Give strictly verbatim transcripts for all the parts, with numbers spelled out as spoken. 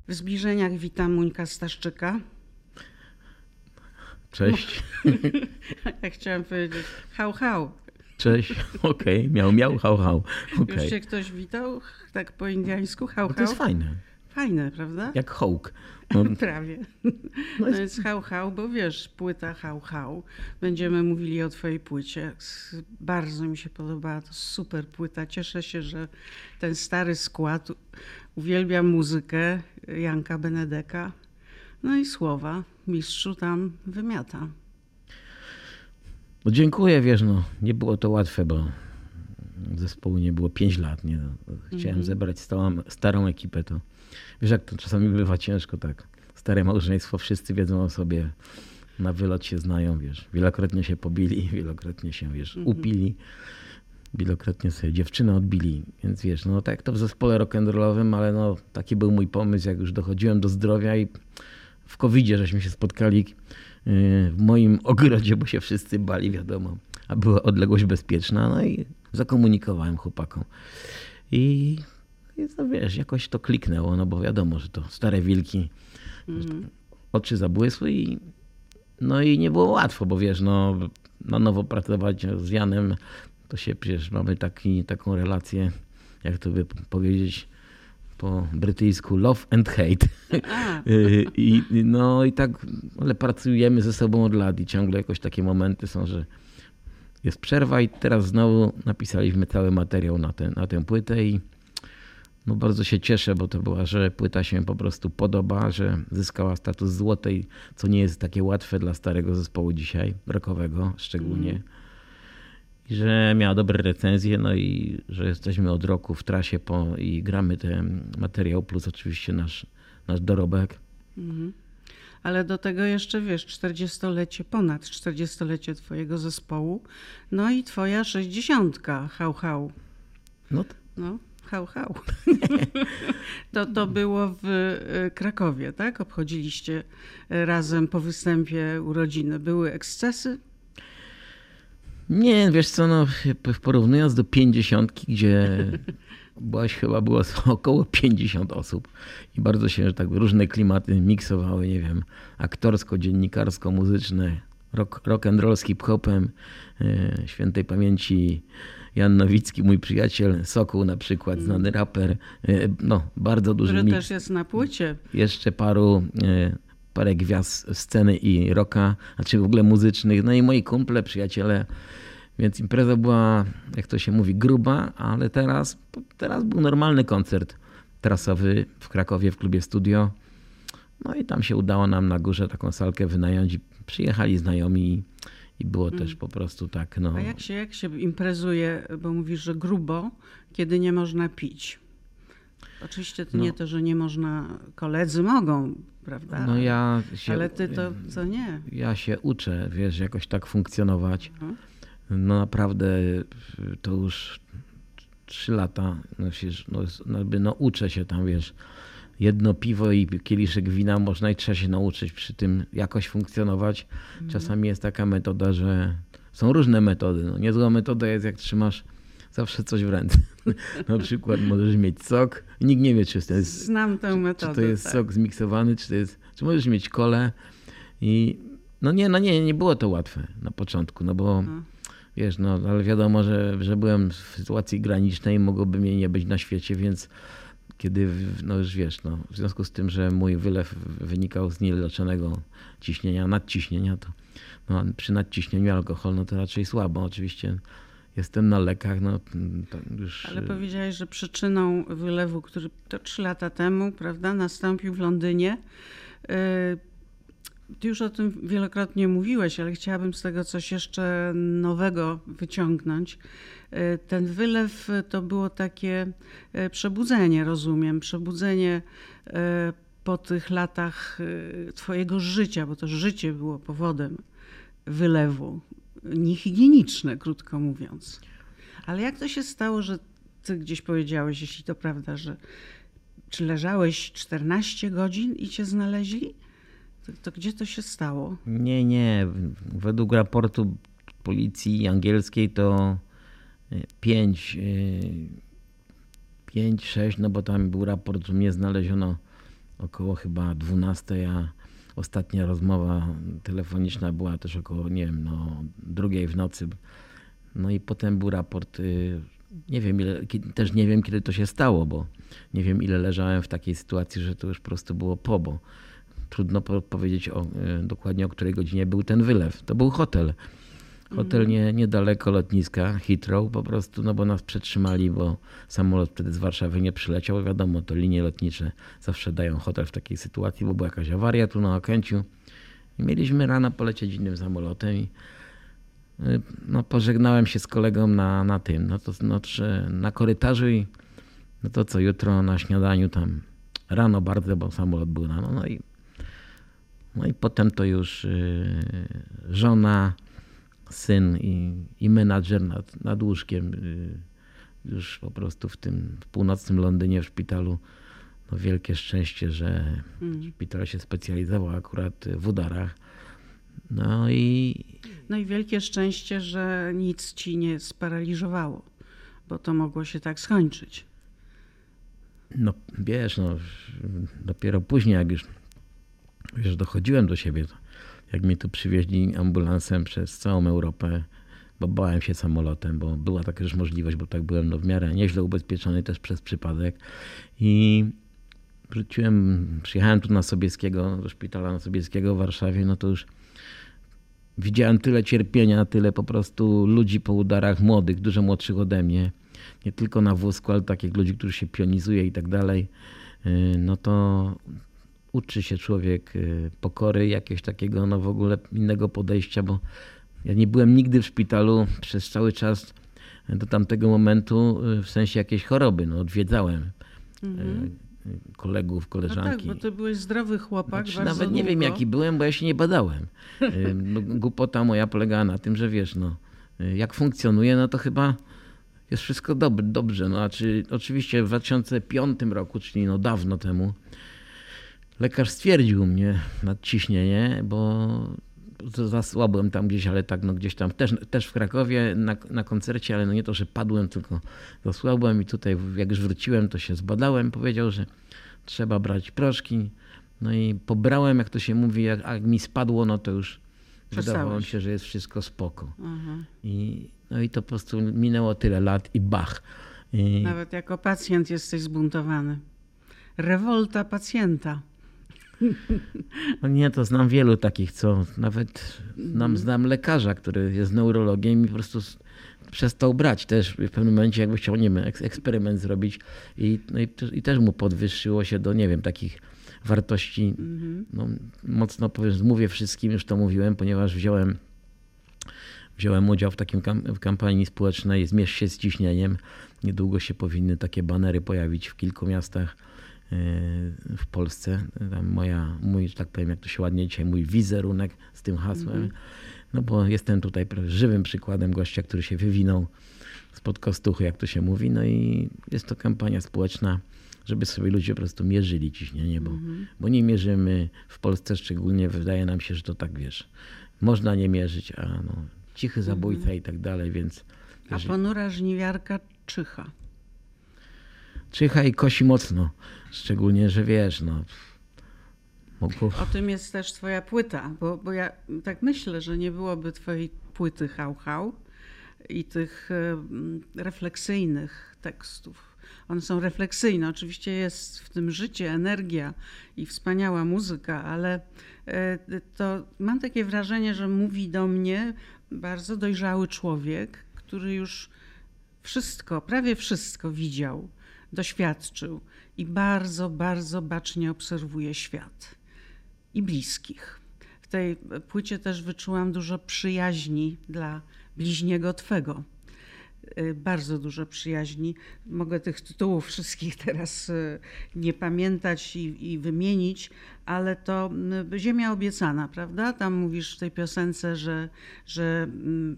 W zbliżeniach witam Muńka Staszczyka. Cześć. Ja chciałam powiedzieć hał, hał. Cześć, okej, okay. miał, miał, hał, hał. Okay. Już się ktoś witał tak po indiańsku, hał, no to hał? jest fajne. Fajne, prawda? Jak hołk. No. Prawie. No jest... To jest hał, hał, bo wiesz, płyta hał, hał. Będziemy mówili o twojej płycie. Bardzo mi się podobała, to super płyta. Cieszę się, że ten stary skład, uwielbiam muzykę Janka Benedeka. No i słowa, mistrzu tam wymiata. No dziękuję, wiesz, no nie było to łatwe, bo zespołu nie było pięć lat. Nie? Chciałem mm-hmm. zebrać stałą, starą ekipę, to wiesz jak to czasami bywa ciężko, tak. Stare małżeństwo, wszyscy wiedzą o sobie, na wylot się znają, wiesz. Wielokrotnie się pobili, wielokrotnie się, wiesz, mm-hmm. upili, wielokrotnie sobie dziewczynę odbili, więc wiesz, no tak to w zespole rock'n'rollowym, ale no taki był mój pomysł, jak już dochodziłem do zdrowia i w kowidzie żeśmy się spotkali w moim ogrodzie, bo się wszyscy bali, wiadomo, a była odległość bezpieczna, no i zakomunikowałem chłopakom. I, i no wiesz, jakoś to kliknęło, no bo wiadomo, że to stare wilki, mm-hmm. oczy zabłysły i no i nie było łatwo, bo wiesz, no na nowo pracować z Janem, to się przecież mamy taki, taką relację, jak to by powiedzieć po brytyjsku, love and hate. I, no i tak, ale pracujemy ze sobą od lat i ciągle jakoś takie momenty są, że jest przerwa i teraz znowu napisaliśmy cały materiał na, ten, na tę płytę i no bardzo się cieszę, bo to była, że płyta się po prostu podoba, że zyskała status złotej, co nie jest takie łatwe dla starego zespołu dzisiaj, rockowego szczególnie. Mm. I że miała dobre recenzje, no i że jesteśmy od roku w trasie po, i gramy ten materiał, plus oczywiście nasz, nasz dorobek. Mhm. Ale do tego jeszcze, wiesz, czterdziestolecie, ponad czterdziestolecie twojego zespołu, no i twoja sześćdziesiątka, hał, hał. No, to... no hał, hał. to, to było w Krakowie, tak? Obchodziliście razem po występie urodziny. Były ekscesy? Nie, wiesz co, no porównując do pięćdziesiątki, gdzie byłaś, chyba było około pięćdziesiąt osób i bardzo się, że tak różne klimaty miksowały, nie wiem, aktorsko, dziennikarsko, muzyczne, rock, rock and roll z hip-hopem, e, świętej pamięci Jan Nowicki, mój przyjaciel, Sokół na przykład, znany raper, e, no bardzo duży Który miks. też jest na płycie. Jeszcze paru... E, parę gwiazd sceny i rocka, znaczy w ogóle muzycznych, no i moi kumple, przyjaciele, więc impreza była, jak to się mówi, gruba, ale teraz, teraz był normalny koncert trasowy w Krakowie w klubie Studio. No i tam się udało nam na górze taką salkę wynająć i przyjechali znajomi i było mm. też po prostu tak. No. A jak się, jak się imprezuje, bo mówisz, że grubo, kiedy nie można pić? Oczywiście to no. nie to, że nie można, koledzy mogą, prawda? No ja się, ale ty to co nie? Ja się uczę, wiesz, jakoś tak funkcjonować. Mhm. No naprawdę to już trzy lata, no, się, no, no uczę się tam, wiesz, jedno piwo i kieliszek wina można i trzeba się nauczyć przy tym jakoś funkcjonować. Mhm. Czasami jest taka metoda, że są różne metody. No, niezła metoda jest, jak trzymasz zawsze coś w ręce. Na przykład możesz mieć sok i nikt nie wie, czy to jest, Znam tę metodę, czy to jest tak. sok zmiksowany, czy to jest, czy możesz mieć kolę i no nie, no nie, nie było to łatwe na początku, no bo no. wiesz, no ale wiadomo, że, że byłem w sytuacji granicznej, mogłoby mnie nie być na świecie, więc kiedy, no już wiesz, no w związku z tym, że mój wylew wynikał z nieleczonego ciśnienia, nadciśnienia, to no, przy nadciśnieniu alkohol, no to raczej słabo, oczywiście. Jestem na lekach, no to już... Ale powiedziałeś, że przyczyną wylewu, który to trzy lata temu, prawda, nastąpił w Londynie. Ty już o tym wielokrotnie mówiłeś, ale chciałabym z tego coś jeszcze nowego wyciągnąć. Ten wylew to było takie przebudzenie, rozumiem, przebudzenie po tych latach twojego życia, bo to życie było powodem wylewu. Niehigieniczne, krótko mówiąc. Ale jak to się stało, że ty gdzieś powiedziałeś, jeśli to prawda, że czy leżałeś czternaście godzin i cię znaleźli? To, to gdzie to się stało? Nie, nie. Według raportu policji angielskiej to pięć, pięć, sześć, no bo tam był raport, że mnie znaleziono około chyba dwunastej, a ostatnia rozmowa telefoniczna była też około, nie wiem, no, drugiej w nocy. No i potem był raport. Nie wiem, ile, też nie wiem, kiedy to się stało, bo nie wiem, ile leżałem w takiej sytuacji, że to już po prostu było po, bo trudno powiedzieć o, dokładnie o której godzinie był ten wylew. To był hotel. Hotel nie, niedaleko lotniska Heathrow po prostu, no bo nas przetrzymali, bo samolot wtedy z Warszawy nie przyleciał. Wiadomo, to linie lotnicze zawsze dają hotel w takiej sytuacji, bo była jakaś awaria tu na Okęciu. I mieliśmy rano polecieć innym samolotem i no, pożegnałem się z kolegą na, na tym, no to znaczy na korytarzu i no to co, jutro na śniadaniu tam rano bardzo, bo samolot był rano. No i, no i potem to już yy, żona, syn i, i menadżer nad, nad łóżkiem yy, już po prostu w tym w północnym Londynie w szpitalu. No wielkie szczęście, że mm. szpital się specjalizował akurat w udarach. No i... No i wielkie szczęście, że nic ci nie sparaliżowało, bo to mogło się tak skończyć. No wiesz, no dopiero później, jak już wiesz, dochodziłem do siebie, jak mnie tu przywieźli ambulansem przez całą Europę, bo bałem się samolotem, bo była taka już możliwość, bo tak byłem no, w miarę nieźle ubezpieczony też przez przypadek. I wróciłem, przyjechałem tu na Sobieskiego, do szpitala na Sobieskiego w Warszawie, no to już widziałem tyle cierpienia, tyle po prostu ludzi po udarach młodych, dużo młodszych ode mnie. Nie tylko na wózku, ale takich ludzi, którzy się pionizuje i tak dalej. No to uczy się człowiek pokory, jakiegoś takiego no w ogóle innego podejścia, bo ja nie byłem nigdy w szpitalu przez cały czas do tamtego momentu w sensie jakiejś choroby. No odwiedzałem mhm. kolegów, koleżanki. No tak, bo ty byłeś zdrowy chłopak. Znaczy, bardzo nawet nie długo. wiem jaki byłem, bo ja się nie badałem. No, głupota moja polegała na tym, że wiesz, no, jak funkcjonuje, no to chyba jest wszystko dob- dobrze. No, znaczy, oczywiście w dwa tysiące piątym roku, czyli no dawno temu, lekarz stwierdził mnie nadciśnienie, bo zasłabłem tam gdzieś, ale tak no gdzieś tam, też, też w Krakowie na, na koncercie, ale no nie to, że padłem, tylko zasłabłem i tutaj jak już wróciłem, to się zbadałem. Powiedział, że trzeba brać proszki. No i pobrałem, jak to się mówi, jak, jak mi spadło, no to już wydawało mi się, że jest wszystko spoko. Aha. I, no i to po prostu minęło tyle lat i bach. I... Nawet jako pacjent jesteś zbuntowany. Rewolta pacjenta. No nie, to znam wielu takich, co nawet znam, znam lekarza, który jest neurologiem i po prostu przestał brać też w pewnym momencie, jakby chciał, nie wiem, eksperyment zrobić i, no i, i też mu podwyższyło się do, nie wiem, takich wartości. Mm-hmm. No, mocno powiem, mówię wszystkim, już to mówiłem, ponieważ wziąłem, wziąłem udział w takim kam- w kampanii społecznej Zmierz się z ciśnieniem. Niedługo się powinny takie banery pojawić w kilku miastach w Polsce. Tam moja, mój, że tak powiem, jak to się ładnie dzisiaj, mój wizerunek z tym hasłem. Mm-hmm. No bo jestem tutaj żywym przykładem gościa, który się wywinął spod kostuchy, jak to się mówi. No i jest to kampania społeczna, żeby sobie ludzie po prostu mierzyli ciśnienie, bo, mm-hmm. bo nie mierzymy w Polsce szczególnie, wydaje nam się, że to tak, wiesz, można nie mierzyć, a no, cichy zabójca mm-hmm. i tak dalej, więc... A ponura żniwiarka czyha. Czyha i kosi mocno, szczególnie, że wiesz, no... Mogło... O tym jest też twoja płyta, bo, bo ja tak myślę, że nie byłoby twojej płyty Hał Hał i tych y, refleksyjnych tekstów. One są refleksyjne, oczywiście jest w tym życie, energia i wspaniała muzyka, ale y, to mam takie wrażenie, że mówi do mnie bardzo dojrzały człowiek, który już wszystko, prawie wszystko widział, doświadczył i bardzo, bardzo bacznie obserwuje świat i bliskich. W tej płycie też wyczułam dużo przyjaźni dla bliźniego twego. Bardzo dużo przyjaźni. Mogę tych tytułów wszystkich teraz nie pamiętać i, i wymienić, ale to Ziemia obiecana, prawda? Tam mówisz w tej piosence, że, że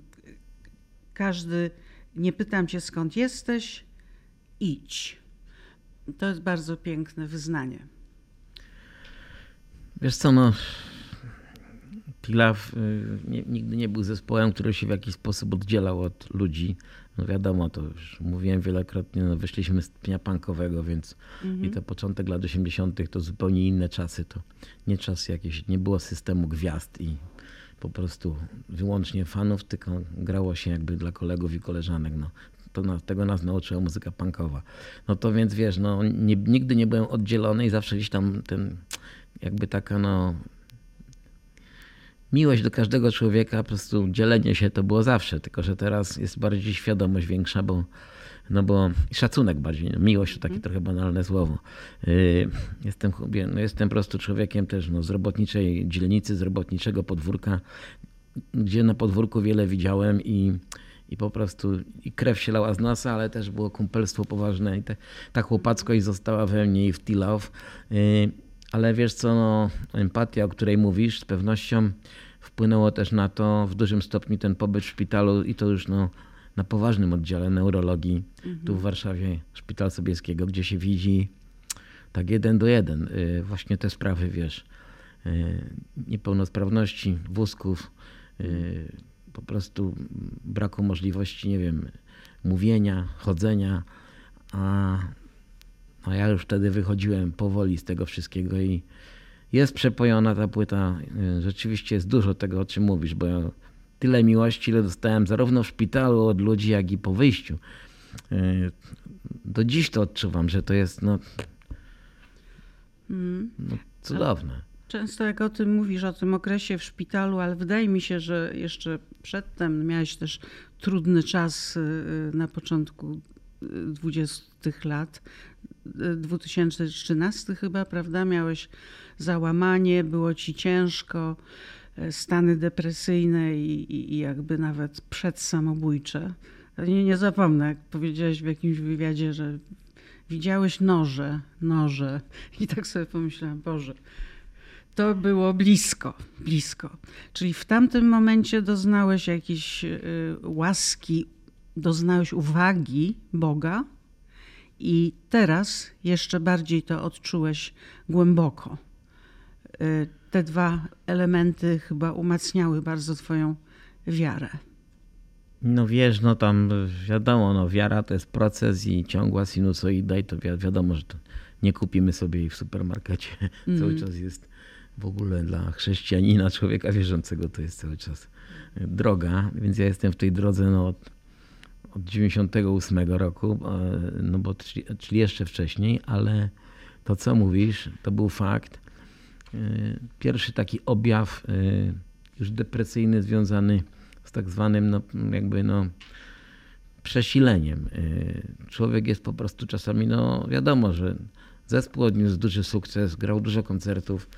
każdy, nie pytam cię skąd jesteś, idź. To jest bardzo piękne wyznanie. Wiesz co, no Pilaw nie, nigdy nie był zespołem, który się w jakiś sposób oddzielał od ludzi. no wiadomo, to już mówiłem wielokrotnie, no wyszliśmy z pnia punkowego, więc Mhm. i to początek lat osiemdziesiątych to zupełnie inne czasy. To nie czas jakieś, nie było systemu gwiazd i po prostu wyłącznie fanów, tylko grało się jakby dla kolegów i koleżanek. No. To nas, tego nas nauczyła muzyka punkowa. No to więc wiesz, no, nie, nigdy nie byłem oddzielony i zawsze gdzieś tam ten, jakby taka no miłość do każdego człowieka, po prostu dzielenie się to było zawsze, tylko że teraz jest bardziej świadomość większa, bo no bo szacunek bardziej, no miłość to takie mm. trochę banalne słowo. Yy, jestem, no jestem po prostu człowiekiem też no, z robotniczej dzielnicy, z robotniczego podwórka, gdzie na podwórku wiele widziałem i, i po prostu i krew się lała z nosa, ale też było kumpelstwo poważne i te, ta chłopackość została we mnie i w Tilaw. Yy, ale wiesz co, no, empatia, o której mówisz, z pewnością wpłynęło też na to w dużym stopniu ten pobyt w szpitalu i to już no, na poważnym oddziale neurologii, mhm. tu w Warszawie, Szpital Sobieskiego, gdzie się widzi tak jeden do jeden yy, właśnie te sprawy, wiesz, yy, niepełnosprawności, wózków, yy, po prostu braku możliwości, nie wiem, mówienia, chodzenia, a, a ja już wtedy wychodziłem powoli z tego wszystkiego i jest przepojona ta płyta. Yy, rzeczywiście jest dużo tego, o czym mówisz, bo ja tyle miłości, ile dostałem zarówno w szpitalu od ludzi, jak i po wyjściu. Do dziś to odczuwam, że to jest no, no cudowne. Często jak o tym mówisz, o tym okresie w szpitalu, ale wydaje mi się, że jeszcze przedtem miałeś też trudny czas na początku dwudziestych lat. dwa tysiące trzynasty chyba, prawda? Miałeś załamanie, było ci ciężko. Stany depresyjne i, i, i jakby nawet przedsamobójcze. Nie, nie zapomnę, jak powiedziałeś w jakimś wywiadzie, że widziałeś noże, noże. I tak sobie pomyślałam, Boże, to było blisko, blisko. Czyli w tamtym momencie doznałeś jakiejś y, łaski, doznałeś uwagi Boga i teraz jeszcze bardziej to odczułeś głęboko. Y, Te dwa elementy chyba umacniały bardzo twoją wiarę. No wiesz, no tam wiadomo, no wiara to jest proces i ciągła sinusoida i to wi- wiadomo, że to nie kupimy sobie jej w supermarkecie. Mm. Cały czas jest w ogóle dla chrześcijanina, człowieka wierzącego, to jest cały czas droga, więc ja jestem w tej drodze no, od, od dziewięćdziesiątego ósmego roku, no bo czyli, czyli jeszcze wcześniej, ale to co mówisz, to był fakt. Pierwszy taki objaw już depresyjny związany z tak zwanym no, jakby no przesileniem. Człowiek jest po prostu czasami, no wiadomo, że zespół odniósł duży sukces, grał dużo koncertów.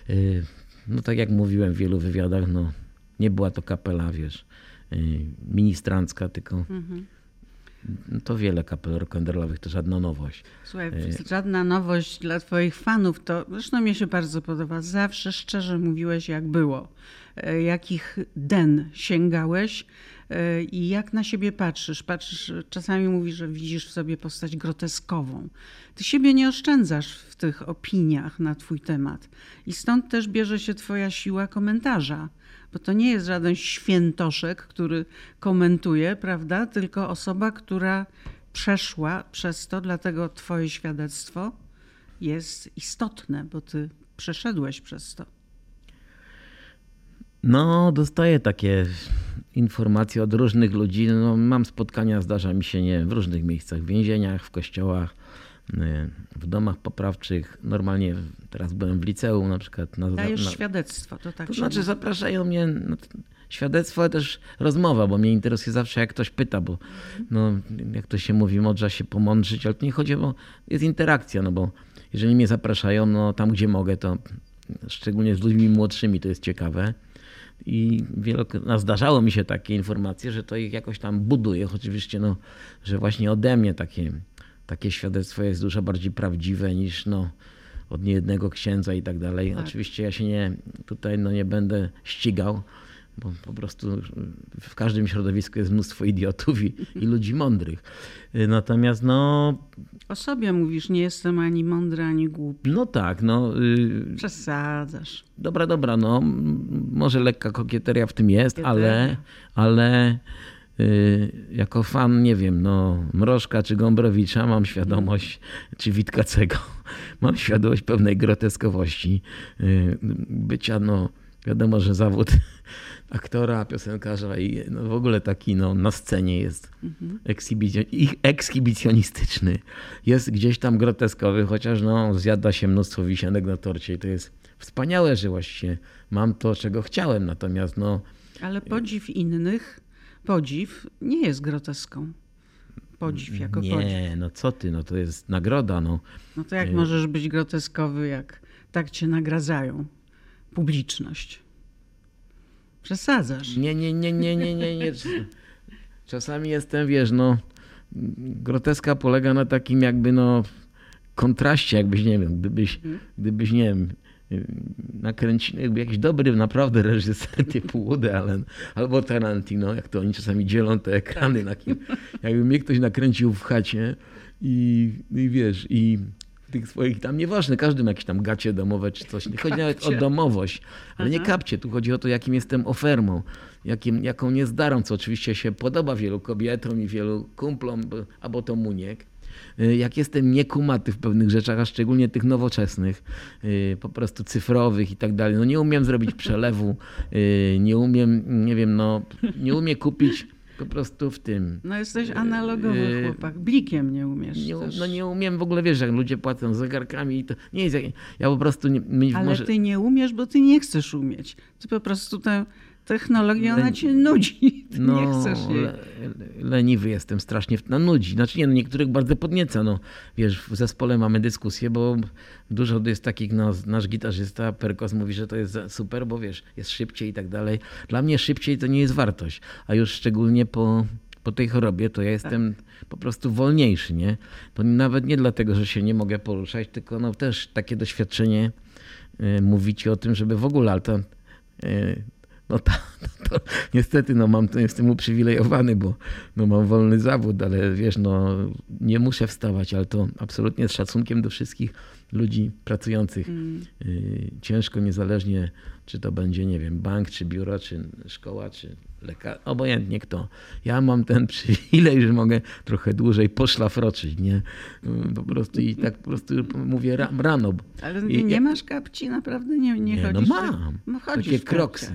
No tak jak mówiłem w wielu wywiadach, no nie była to kapela, wiesz, ministrancka, tylko mhm. No to wiele kapel rock'n'rollowych, to żadna nowość. Słuchaj, żadna nowość dla twoich fanów, to zresztą mi się bardzo podoba. Zawsze szczerze mówiłeś, jak było. Jakich den sięgałeś i jak na siebie patrzysz. Patrzysz, czasami mówisz, że widzisz w sobie postać groteskową. Ty siebie nie oszczędzasz w tych opiniach na twój temat. I stąd też bierze się twoja siła komentarza. Bo to nie jest żaden świętoszek, który komentuje, prawda? Tylko osoba, która przeszła przez to, dlatego twoje świadectwo jest istotne, bo ty przeszedłeś przez to. No, dostaję takie informacje od różnych ludzi. No, mam spotkania, zdarza mi się, nie wiem, w różnych miejscach, w więzieniach, w kościołach, w domach poprawczych. Normalnie teraz byłem w liceum na przykład. Na, Dajesz na, świadectwo, to tak To się znaczy mówi. zapraszają mnie, no, świadectwo, ale też rozmowa, bo mnie interesuje zawsze jak ktoś pyta, bo no, jak to się mówi, można się pomądrzyć, ale to nie chodzi o, jest interakcja, no bo jeżeli mnie zapraszają, no tam gdzie mogę, to szczególnie z ludźmi młodszymi to jest ciekawe. I wielokrotnie no, zdarzało mi się takie informacje, że to ich jakoś tam buduje. Oczywiście, no, że właśnie ode mnie takie, takie świadectwo jest dużo bardziej prawdziwe niż no, od niejednego księdza i tak dalej. Tak. Oczywiście ja się nie, tutaj no, nie będę ścigał, bo po prostu w każdym środowisku jest mnóstwo idiotów i, i ludzi mądrych. Natomiast no... O sobie mówisz, nie jestem ani mądry, ani głupi. No tak, no... Przesadzasz. Dobra, dobra, no może lekka kokieteria w tym jest, ale, ale jako fan, nie wiem, no Mrożka czy Gombrowicza mam świadomość, czy Witkacego, mam świadomość pewnej groteskowości bycia, no wiadomo, że zawód aktora, piosenkarza i no w ogóle taki no, na scenie jest ekshibicjon, ich ekshibicjonistyczny. Jest gdzieś tam groteskowy, chociaż no, zjada się mnóstwo wisianek na torcie i to jest wspaniałe, że właściwie mam to, czego chciałem. Natomiast no... Ale podziw innych, podziw nie jest groteską. Podziw jako nie, podziw. Nie, no co ty, no to jest nagroda. No, no to jak możesz być groteskowy, jak tak cię nagradzają? Publiczność. Przesadzasz. Nie, nie, nie, nie, nie, nie, nie. Czasami jestem, wiesz, no groteska polega na takim jakby no kontraście, jakbyś, nie wiem, gdybyś, gdybyś nie wiem, nakręcił, jakby jakiś dobry naprawdę reżyser typu Woody Allen albo Tarantino, jak to oni czasami dzielą te ekrany, na kim, jakby mnie ktoś nakręcił w chacie i, i wiesz, i tych swoich, tam nieważne, każdy ma jakieś tam gacie domowe czy coś. Nie chodzi nawet o domowość, ale Aha. nie kapcie. Tu chodzi o to, jakim jestem ofermą, jakim, jaką niezdarą, co oczywiście się podoba wielu kobietom i wielu kumplom, albo to muniek. Jak jestem niekumaty w pewnych rzeczach, a szczególnie tych nowoczesnych, po prostu cyfrowych i tak dalej. No nie umiem zrobić przelewu, nie umiem, nie wiem, no nie umiem kupić po prostu w tym. No jesteś analogowy chłopak, blikiem nie umiesz. Nie, no nie umiem w ogóle, wiesz, jak ludzie płacą zegarkami i to nie jest, ja po prostu nie... nie Ale może... ty nie umiesz, bo ty nie chcesz umieć. Ty po prostu tę technologię, ona cię nudzi. Ty no, nie chcesz jej. Le, leniwy jestem strasznie, na nudzi. Znaczy nie, no niektórych bardzo podnieca. No, wiesz, w zespole mamy dyskusję, bo dużo jest takich, no, nasz gitarzysta Perkos mówi, że to jest super, bo wiesz, jest szybciej i tak dalej. Dla mnie szybciej to nie jest wartość, a już szczególnie po, po tej chorobie to ja jestem tak. po prostu wolniejszy, nie? To nawet nie dlatego, że się nie mogę poruszać, tylko no też takie doświadczenie y, mówi ci o tym, żeby w ogóle, ale to y, no to, to, to niestety no mam, to jestem uprzywilejowany, bo no mam wolny zawód, ale wiesz, no nie muszę wstawać, ale to absolutnie z szacunkiem do wszystkich ludzi pracujących mm. y, ciężko, niezależnie czy to będzie, nie wiem, bank, czy biuro, czy szkoła, czy lekarz, obojętnie kto. Ja mam ten przywilej, że mogę trochę dłużej poszlafroczyć, nie? Po prostu i tak po prostu mówię rano. Ale I, nie masz kapci? Naprawdę nie, nie, nie chodzisz? No mam. No takie kroksy.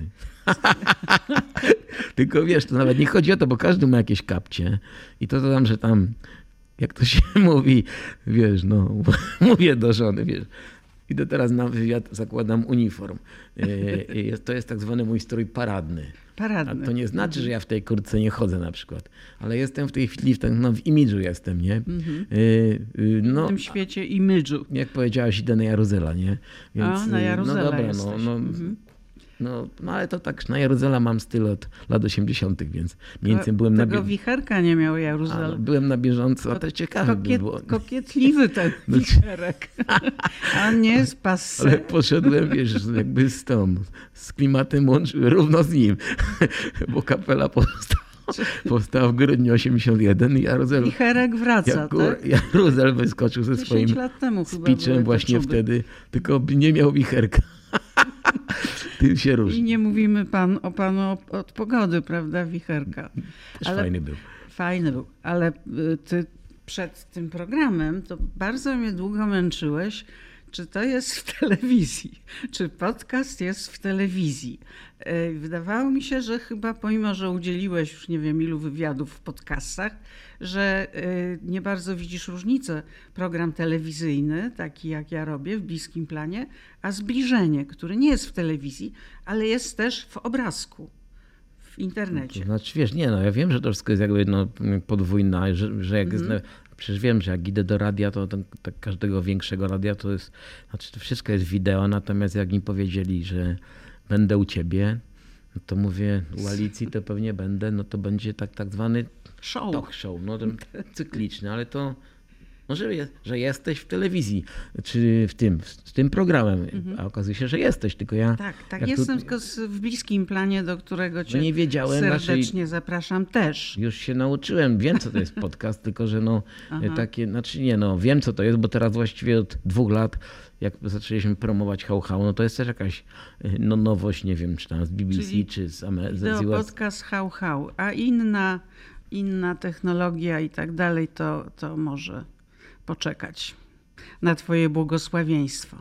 Tylko wiesz, to nawet nie chodzi o to, bo każdy ma jakieś kapcie i to, to tam, że tam, jak to się mówi, wiesz, no, mówię do żony, wiesz, idę teraz na wywiad, zakładam uniform. To jest tak zwany mój strój paradny. Paradny. A to nie znaczy, że ja w tej kurtce nie chodzę na przykład, ale jestem w tej chwili, w, ten, no, w imidżu jestem, nie? Mm-hmm. No, w tym świecie imidżu. Jak powiedziałaś, idę na Jaruzela, nie? Więc, a, na Jaruzela no dobra, jesteś. no, no, mm-hmm. no, no ale to tak, na Jaruzela mam styl od lat osiemdziesiątych, więc mniej więcej byłem tego na bieżąco. wicherka nie miał Jaruzela. A, byłem na bieżąco, a to ciekawe Kokiet, by było. Kokietliwy ten no, wicherek. A on nie jest passe. Ale poszedłem, wiesz, jakby z tą, z klimatem łączyłem równo z nim, bo kapela powstała. Powstał w grudniu osiemdziesiątego pierwszego i Jaruzel... Wicherek wraca, jak, tak? Jaruzel wyskoczył ze swoim lat temu speechem właśnie wtedy, tylko nie miał wicherka. Tym się różni. I nie mówimy pan o panu od pogody, prawda, wicherka. Też ale, fajny był. Fajny był, ale ty przed tym programem to bardzo mnie długo męczyłeś, czy to jest w telewizji, czy podcast jest w telewizji. Wydawało mi się, że chyba pomimo, że udzieliłeś już nie wiem ilu wywiadów w podcastach, że nie bardzo widzisz różnicę program telewizyjny, taki jak ja robię w Bliskim Planie, a Zbliżenie, który nie jest w telewizji, ale jest też w obrazku, w internecie. To znaczy wiesz, nie no, ja wiem, że to wszystko jest jakby no, podwójne, że, że jak mm-hmm. Przecież wiem, że jak idę do radia, to, to, to każdego większego radia to jest, znaczy to wszystko jest wideo, natomiast jak mi powiedzieli, że będę u ciebie, no to mówię, u Alicji to pewnie będę, no to będzie tak, tak zwany show. talk show, no ten cykliczny, ale to no, że, jest, że jesteś w telewizji, czy w tym, z tym programem, mhm. a okazuje się, że jesteś, tylko ja... Tak, tak, jestem tu, tylko w bliskim planie, do którego cię nie wiedziałem, serdecznie znaczy, zapraszam też. Już się nauczyłem, wiem co to jest podcast, tylko że no takie, znaczy nie no, wiem co to jest, bo teraz właściwie od dwóch lat, jak zaczęliśmy promować Hał Hał, no to jest też jakaś no, nowość, nie wiem, czy tam z B B C, Czyli czy z Ameryki. podcast Hał Hał, a inna, inna technologia i tak dalej, to, to może poczekać na twoje błogosławieństwo.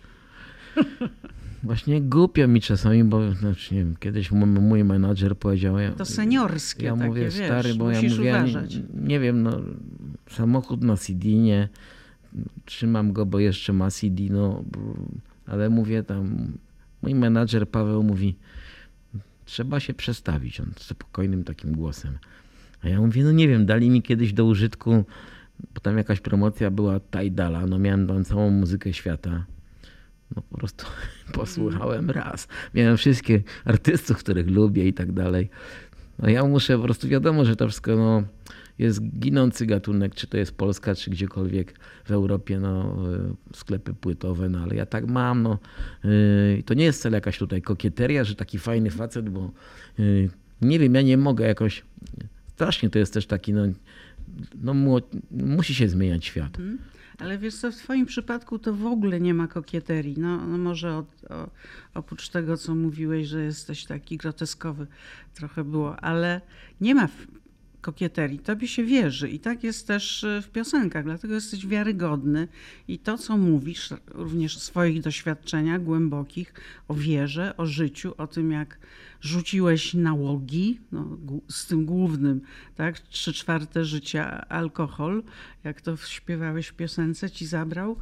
Właśnie głupio mi czasami, bo znaczy, nie wiem, kiedyś mój menadżer powiedział... Ja, to seniorskie ja takie, mówię, wiesz, stary, bo ja mówię, uważać. Nie, nie wiem, no samochód na C D, nie, trzymam go, bo jeszcze ma C D, no, ale mówię tam, mój menadżer Paweł mówi, trzeba się przestawić, on spokojnym takim głosem. A ja mówię, no nie wiem, dali mi kiedyś do użytku, bo tam jakaś promocja była Tidala, no miałem tam całą muzykę świata. No po prostu posłuchałem raz. Miałem wszystkie artystów, których lubię i tak dalej. No ja muszę po prostu, wiadomo, że to wszystko no, jest ginący gatunek, czy to jest Polska, czy gdziekolwiek w Europie, no, sklepy płytowe, no ale ja tak mam, no. Yy, to nie jest wcale jakaś tutaj kokieteria, że taki fajny facet, bo yy, nie wiem, ja nie mogę jakoś, strasznie to jest też taki, no, no musi się zmieniać świat. Hmm. Ale wiesz co, w twoim przypadku to w ogóle nie ma kokieterii. No, no może od, o, oprócz tego, co mówiłeś, że jesteś taki groteskowy, trochę było, ale nie ma kokieterii. Tobie się wierzy i tak jest też w piosenkach, dlatego jesteś wiarygodny i to, co mówisz, również w swoich doświadczeniach głębokich, o wierze, o życiu, o tym, jak rzuciłeś nałogi, no, z tym głównym, tak, trzy czwarte życia alkohol, jak to śpiewałeś w piosence, ci zabrał.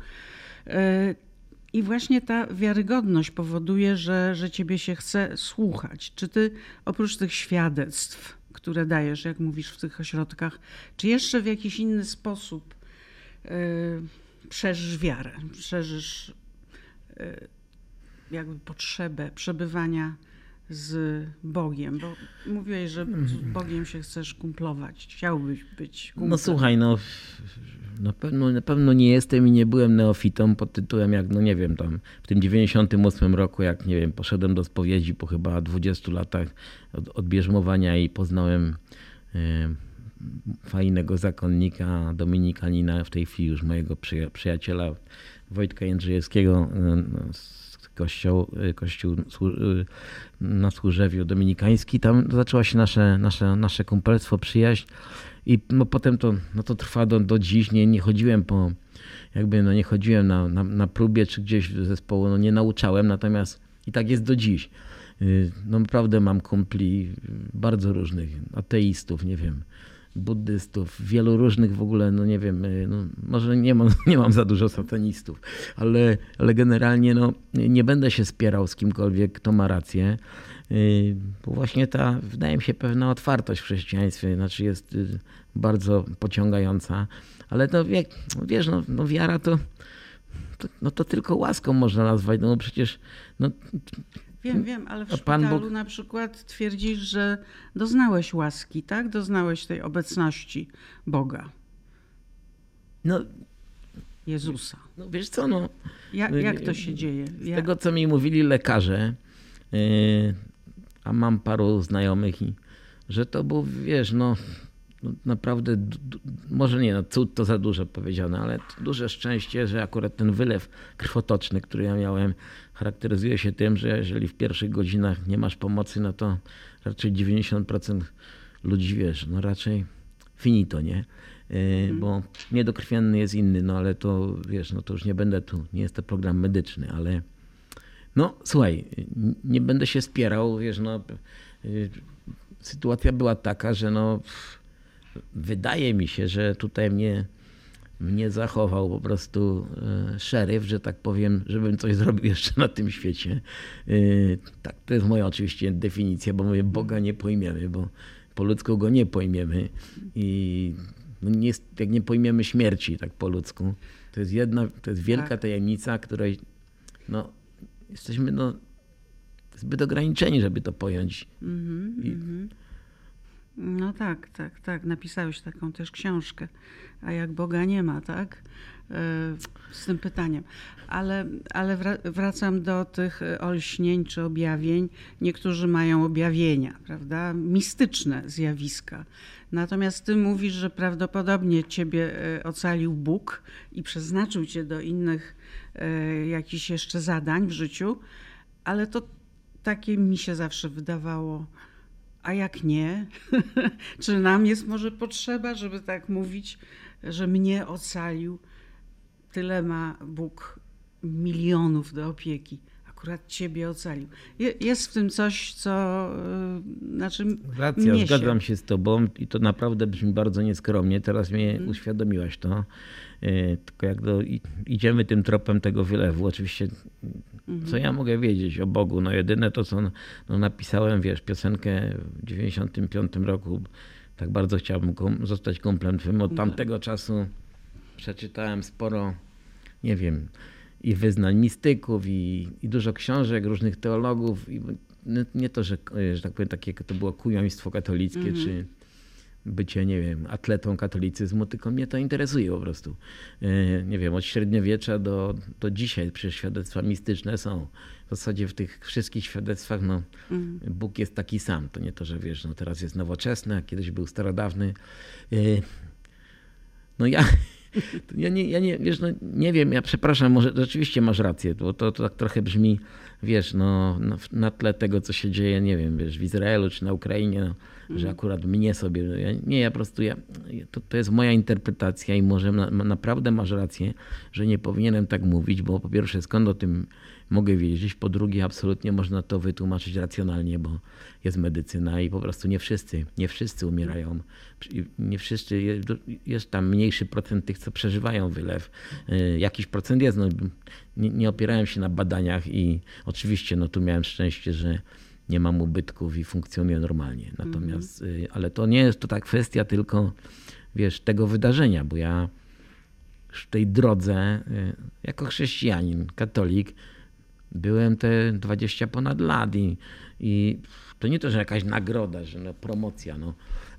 I właśnie ta wiarygodność powoduje, że, że ciebie się chce słuchać. Czy ty oprócz tych świadectw, które dajesz, jak mówisz w tych ośrodkach, czy jeszcze w jakiś inny sposób yy, przeżysz wiarę, przeżysz yy, jakby potrzebę przebywania z Bogiem, bo mówiłeś, że z Bogiem się chcesz kumplować, chciałbyś być kumplem. No słuchaj, no na pewno, na pewno nie jestem i nie byłem neofitą pod tytułem jak, no nie wiem, tam w tym dziewięćdziesiątym ósmym roku, jak nie wiem, poszedłem do spowiedzi po chyba dwudziestu latach od, od bierzmowania i poznałem e, fajnego zakonnika, dominikanina, w tej chwili już mojego przyja- przyjaciela Wojtka Jędrzejewskiego e, z kościoł, kościół na Służewiu dominikański. Tam zaczęło się nasze, nasze, nasze kumpelstwo, przyjaźń i no potem to, no to trwa do, do dziś. Nie, nie chodziłem po, jakby no nie chodziłem na, na, na próbie czy gdzieś do zespołu, no nie nauczałem, natomiast i tak jest do dziś. No naprawdę mam kumpli bardzo różnych, ateistów, nie wiem, buddystów, wielu różnych w ogóle, no nie wiem, no może nie mam, nie mam za dużo satanistów, ale, ale generalnie no, nie będę się spierał z kimkolwiek, kto ma rację, bo właśnie ta, wydaje mi się, pewna otwartość w chrześcijaństwie, znaczy jest bardzo pociągająca, ale to wie, wiesz, no, no wiara to, to, no to tylko łaską można nazwać, no przecież no, Wiem, wiem, ale w szpitalu Bóg... na przykład twierdzisz, że doznałeś łaski, tak? Doznałeś tej obecności Boga. No, Jezusa. No wiesz co, no... Ja, jak to się dzieje? Z ja... tego, co mi mówili lekarze, yy, a mam paru znajomych, i, że to był, wiesz, no, no naprawdę, d- d- może nie, no cud to za dużo powiedziane, ale duże szczęście, że akurat ten wylew krwotoczny, który ja miałem, charakteryzuje się tym, że jeżeli w pierwszych godzinach nie masz pomocy, no to raczej dziewięćdziesiąt procent ludzi, wiesz, no raczej finito, nie? Yy, mm. Bo niedokrwienny jest inny, no ale to, wiesz, no to już nie będę tu, nie jest to program medyczny, ale no słuchaj, nie będę się spierał, wiesz, no yy, sytuacja była taka, że no wydaje mi się, że tutaj mnie mnie zachował po prostu e, szeryf, że tak powiem, żebym coś zrobił jeszcze na tym świecie. E, tak, to jest moja oczywiście definicja, bo mówię, Boga nie pojmiemy, bo po ludzku go nie pojmiemy i no nie, jak nie pojmiemy śmierci tak po ludzku, to jest jedna, to jest wielka tak. tajemnica, której no, jesteśmy no, zbyt ograniczeni, żeby to pojąć. Mm-hmm, I... mm-hmm. No tak, tak, tak. Napisałeś taką też książkę. A jak Boga nie ma, tak? E, Z tym pytaniem. Ale, ale wra- wracam do tych olśnień czy objawień. Niektórzy mają objawienia, prawda? Mistyczne zjawiska. Natomiast ty mówisz, że prawdopodobnie ciebie e, ocalił Bóg i przeznaczył cię do innych e, jakichś jeszcze zadań w życiu, ale to takie mi się zawsze wydawało. A jak nie? Czy nam jest może potrzeba, żeby tak mówić, że mnie ocalił? Tyle ma Bóg milionów do opieki. Akurat ciebie ocalił. Je- Jest w tym coś, co y, znaczy Racja, mnie zgadzam się. się z tobą i to naprawdę brzmi bardzo nieskromnie. Teraz mnie Mhm. uświadomiłaś to. E, Tylko jak do, i- idziemy tym tropem tego wylewu, oczywiście co ja mogę wiedzieć o Bogu? No jedyne to, co no, napisałem, wiesz, piosenkę w dziewięćdziesiątym piątym roku. Tak bardzo chciałbym kom- zostać kumplem twym. Od tamtego czasu przeczytałem sporo, nie wiem, i wyznań mistyków, i, i dużo książek różnych teologów. I nie- nie to, że, że tak powiem, takie to było kujoństwo katolickie, czy bycie, nie wiem, atletą katolicyzmu, tylko mnie to interesuje po prostu. E, Nie wiem, od średniowiecza do, do dzisiaj przecież świadectwa mistyczne są. W zasadzie w tych wszystkich świadectwach no, Bóg jest taki sam. To nie to, że wiesz, no teraz jest nowoczesny, a kiedyś był starodawny. E, No ja, ja, nie, ja nie, wiesz, no nie wiem, ja przepraszam, może rzeczywiście masz rację, bo to, to tak trochę brzmi, wiesz, no na, na tle tego, co się dzieje, nie wiem, wiesz, w Izraelu czy na Ukrainie, no, że akurat mnie sobie, no, ja, nie, ja po prostu, ja, to, to jest moja interpretacja i może na, naprawdę masz rację, że nie powinienem tak mówić, bo po pierwsze, skąd o tym mogę wiedzieć, po drugie, absolutnie można to wytłumaczyć racjonalnie, bo jest medycyna i po prostu nie wszyscy, nie wszyscy umierają. Nie wszyscy, jest tam mniejszy procent tych, co przeżywają wylew. Jakiś procent jest, no, nie, nie opierałem się na badaniach i oczywiście no, tu miałem szczęście, że nie mam ubytków i funkcjonuję normalnie. Natomiast, mm-hmm. ale to nie jest to ta kwestia tylko, wiesz, tego wydarzenia, bo ja w tej drodze, jako chrześcijanin, katolik, byłem te dwadzieścia ponad lat i, i to nie to, że jakaś nagroda, że no, promocja. No.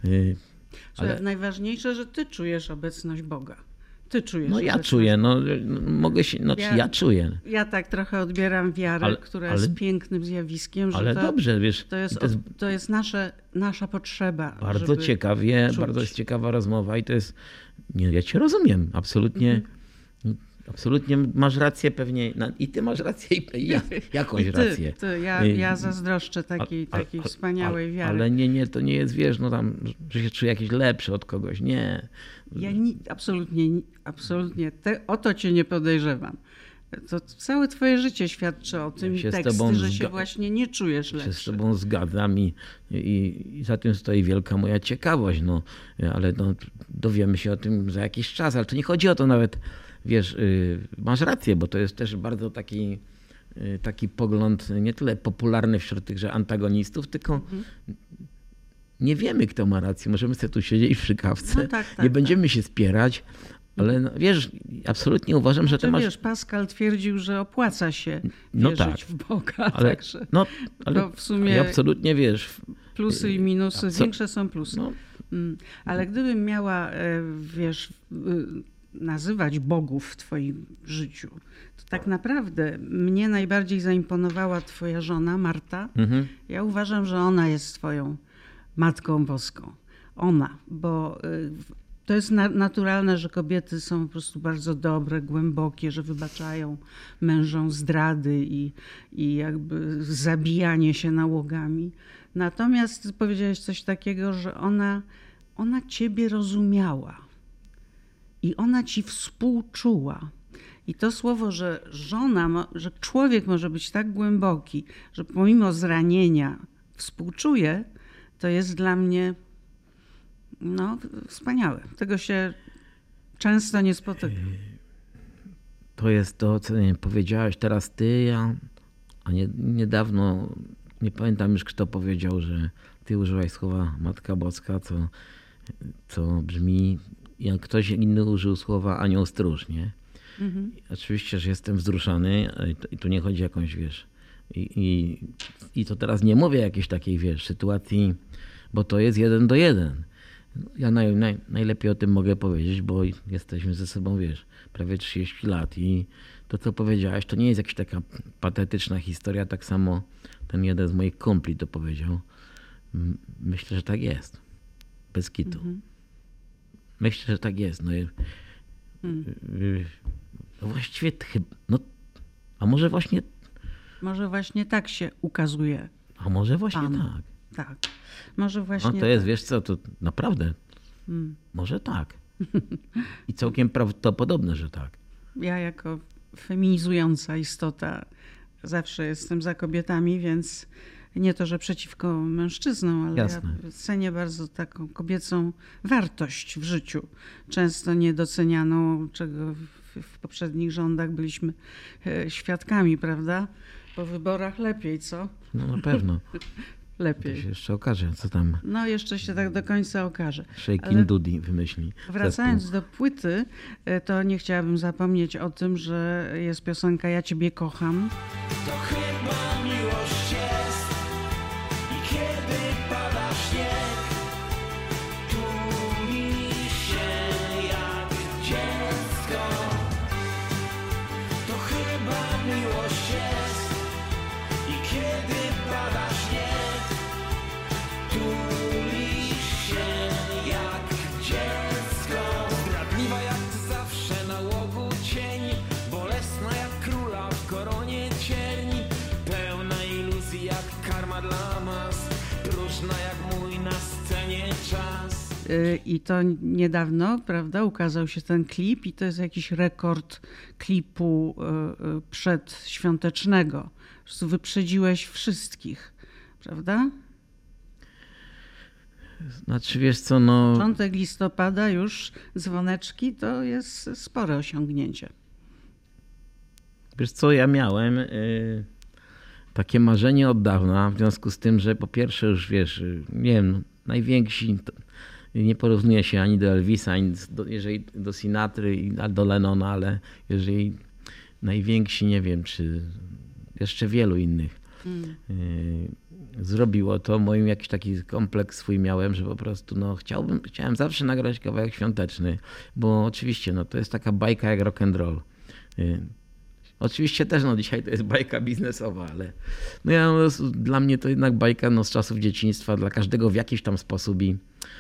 Ale najważniejsze, że ty czujesz obecność Boga. Ty czujesz No ja obecność czuję, no mogę się, znaczy ja, ja czuję. Ja tak trochę odbieram wiarę, ale, która ale, jest pięknym zjawiskiem, że ale to, dobrze, wiesz, to jest, to jest, to jest nasze, nasza potrzeba. Bardzo ciekawie, czuć. bardzo jest ciekawa rozmowa i to jest, nie, ja cię rozumiem, absolutnie. Mhm. Absolutnie masz rację pewnie i ty masz rację i ja jakąś I ty, rację. Ty, ja, ja zazdroszczę takiej, a, a, takiej a, wspaniałej wiary. Ale nie, nie, to nie jest, wiesz, no tam, że się czuję jakiś lepszy od kogoś, nie. Ja ni, absolutnie, absolutnie, te, o to cię nie podejrzewam. To całe twoje życie świadczy o tym, ja teksty, że się właśnie nie czujesz lepszy. Ja się z tobą zgadzam i, i, i za tym stoi wielka moja ciekawość, no, ale no, dowiemy się o tym za jakiś czas, ale to nie chodzi o to nawet. Wiesz, masz rację, bo to jest też bardzo taki, taki pogląd nie tyle popularny wśród tychże antagonistów, tylko mhm. nie wiemy, kto ma rację. Możemy sobie tu siedzieć przy kawce, no tak, tak, nie będziemy tak. się spierać, ale no, wiesz, absolutnie uważam, że to masz... Wiesz, Pascal twierdził, że opłaca się no wierzyć tak, w Boga, ale, także no, ale w sumie absolutnie, wiesz... Plusy i minusy, absol- większe są plusy. No. Ale gdybym miała, wiesz... nazywać bogów w twoim życiu, to tak naprawdę mnie najbardziej zaimponowała twoja żona, Marta. Mhm. Ja uważam, że ona jest twoją Matką Boską. Ona, bo to jest na- naturalne, że kobiety są po prostu bardzo dobre, głębokie, że wybaczają mężom zdrady i, i jakby zabijanie się nałogami. Natomiast powiedziałeś coś takiego, że ona, ona ciebie rozumiała. I ona ci współczuła. I to słowo, że żona, że człowiek może być tak głęboki, że pomimo zranienia współczuje, to jest dla mnie no, wspaniałe. Tego się często nie spotyka. To jest to, co nie, powiedziałeś teraz ty, ja, a nie, niedawno, nie pamiętam już kto powiedział, że ty użyłaś słowa Matka Boska, co, co brzmi... Jak ktoś inny użył słowa anioł stróż, nie? Mhm. Oczywiście, że jestem wzruszony i tu nie chodzi o jakąś, wiesz, i, i, i to teraz nie mówię jakiejś takiej, wiesz, sytuacji bo to jest jeden do jeden. Ja naj, naj, najlepiej o tym mogę powiedzieć, bo jesteśmy ze sobą, wiesz, prawie trzydzieści lat i to, co powiedziałeś, to nie jest jakaś taka patetyczna historia. Tak samo ten jeden z moich kumpli to powiedział. Myślę, że tak jest. Bez kitu. Mhm. Myślę, że tak jest. No, hmm. no właściwie chyba, no, a może właśnie... Może właśnie tak się ukazuje. A może właśnie Pan. tak. Tak. Może właśnie no to jest, tak. wiesz co, to naprawdę. Hmm. Może tak. I całkiem prawdopodobne, że tak. Ja jako feminizująca istota zawsze jestem za kobietami, więc nie to, że przeciwko mężczyznom, ale Jasne. ja cenię bardzo taką kobiecą wartość w życiu. Często niedocenianą, czego w, w poprzednich rządach byliśmy świadkami, prawda? Po wyborach lepiej, co? No na pewno. Lepiej. To się jeszcze okaże, co tam. No jeszcze się tak do końca okaże. Shakin' Dudi wymyśli. Wracając zespół. do płyty, to nie chciałabym zapomnieć o tym, że jest piosenka Ja Ciebie kocham. To chyba miłość jest i kiedy pada śnieg, tuli się jak dziecko. To chyba miłość jest i kiedy pada śnieg, tuli się jak dziecko. Zdradliwa jak zawsze na łogu cień, bolesna jak króla w koronie cierni, pełna iluzji jak karma dla mas, próżna jak mój na scenie czas. I to niedawno, prawda, ukazał się ten klip i to jest jakiś rekord klipu przedświątecznego. Po prostu wyprzedziłeś wszystkich, prawda? Znaczy wiesz co, no... Początek listopada już dzwoneczki to jest spore osiągnięcie. Wiesz co, ja miałem y, takie marzenie od dawna, w związku z tym, że po pierwsze już wiesz, nie wiem, najwięksi, to, nie porównuje się ani do Elvisa, ani do, jeżeli do Sinatry, do Lennona, ale jeżeli najwięksi, nie wiem, czy jeszcze wielu innych hmm. y, zrobiło to, moim jakiś taki kompleks swój miałem, że po prostu no, chciałbym, chciałem zawsze nagrać kawałek świąteczny, bo oczywiście no, to jest taka bajka jak rock and roll. Y, Oczywiście też no dzisiaj to jest bajka biznesowa, ale no ja, no, dla mnie to jednak bajka no, z czasów dzieciństwa, dla każdego w jakiś tam sposób i,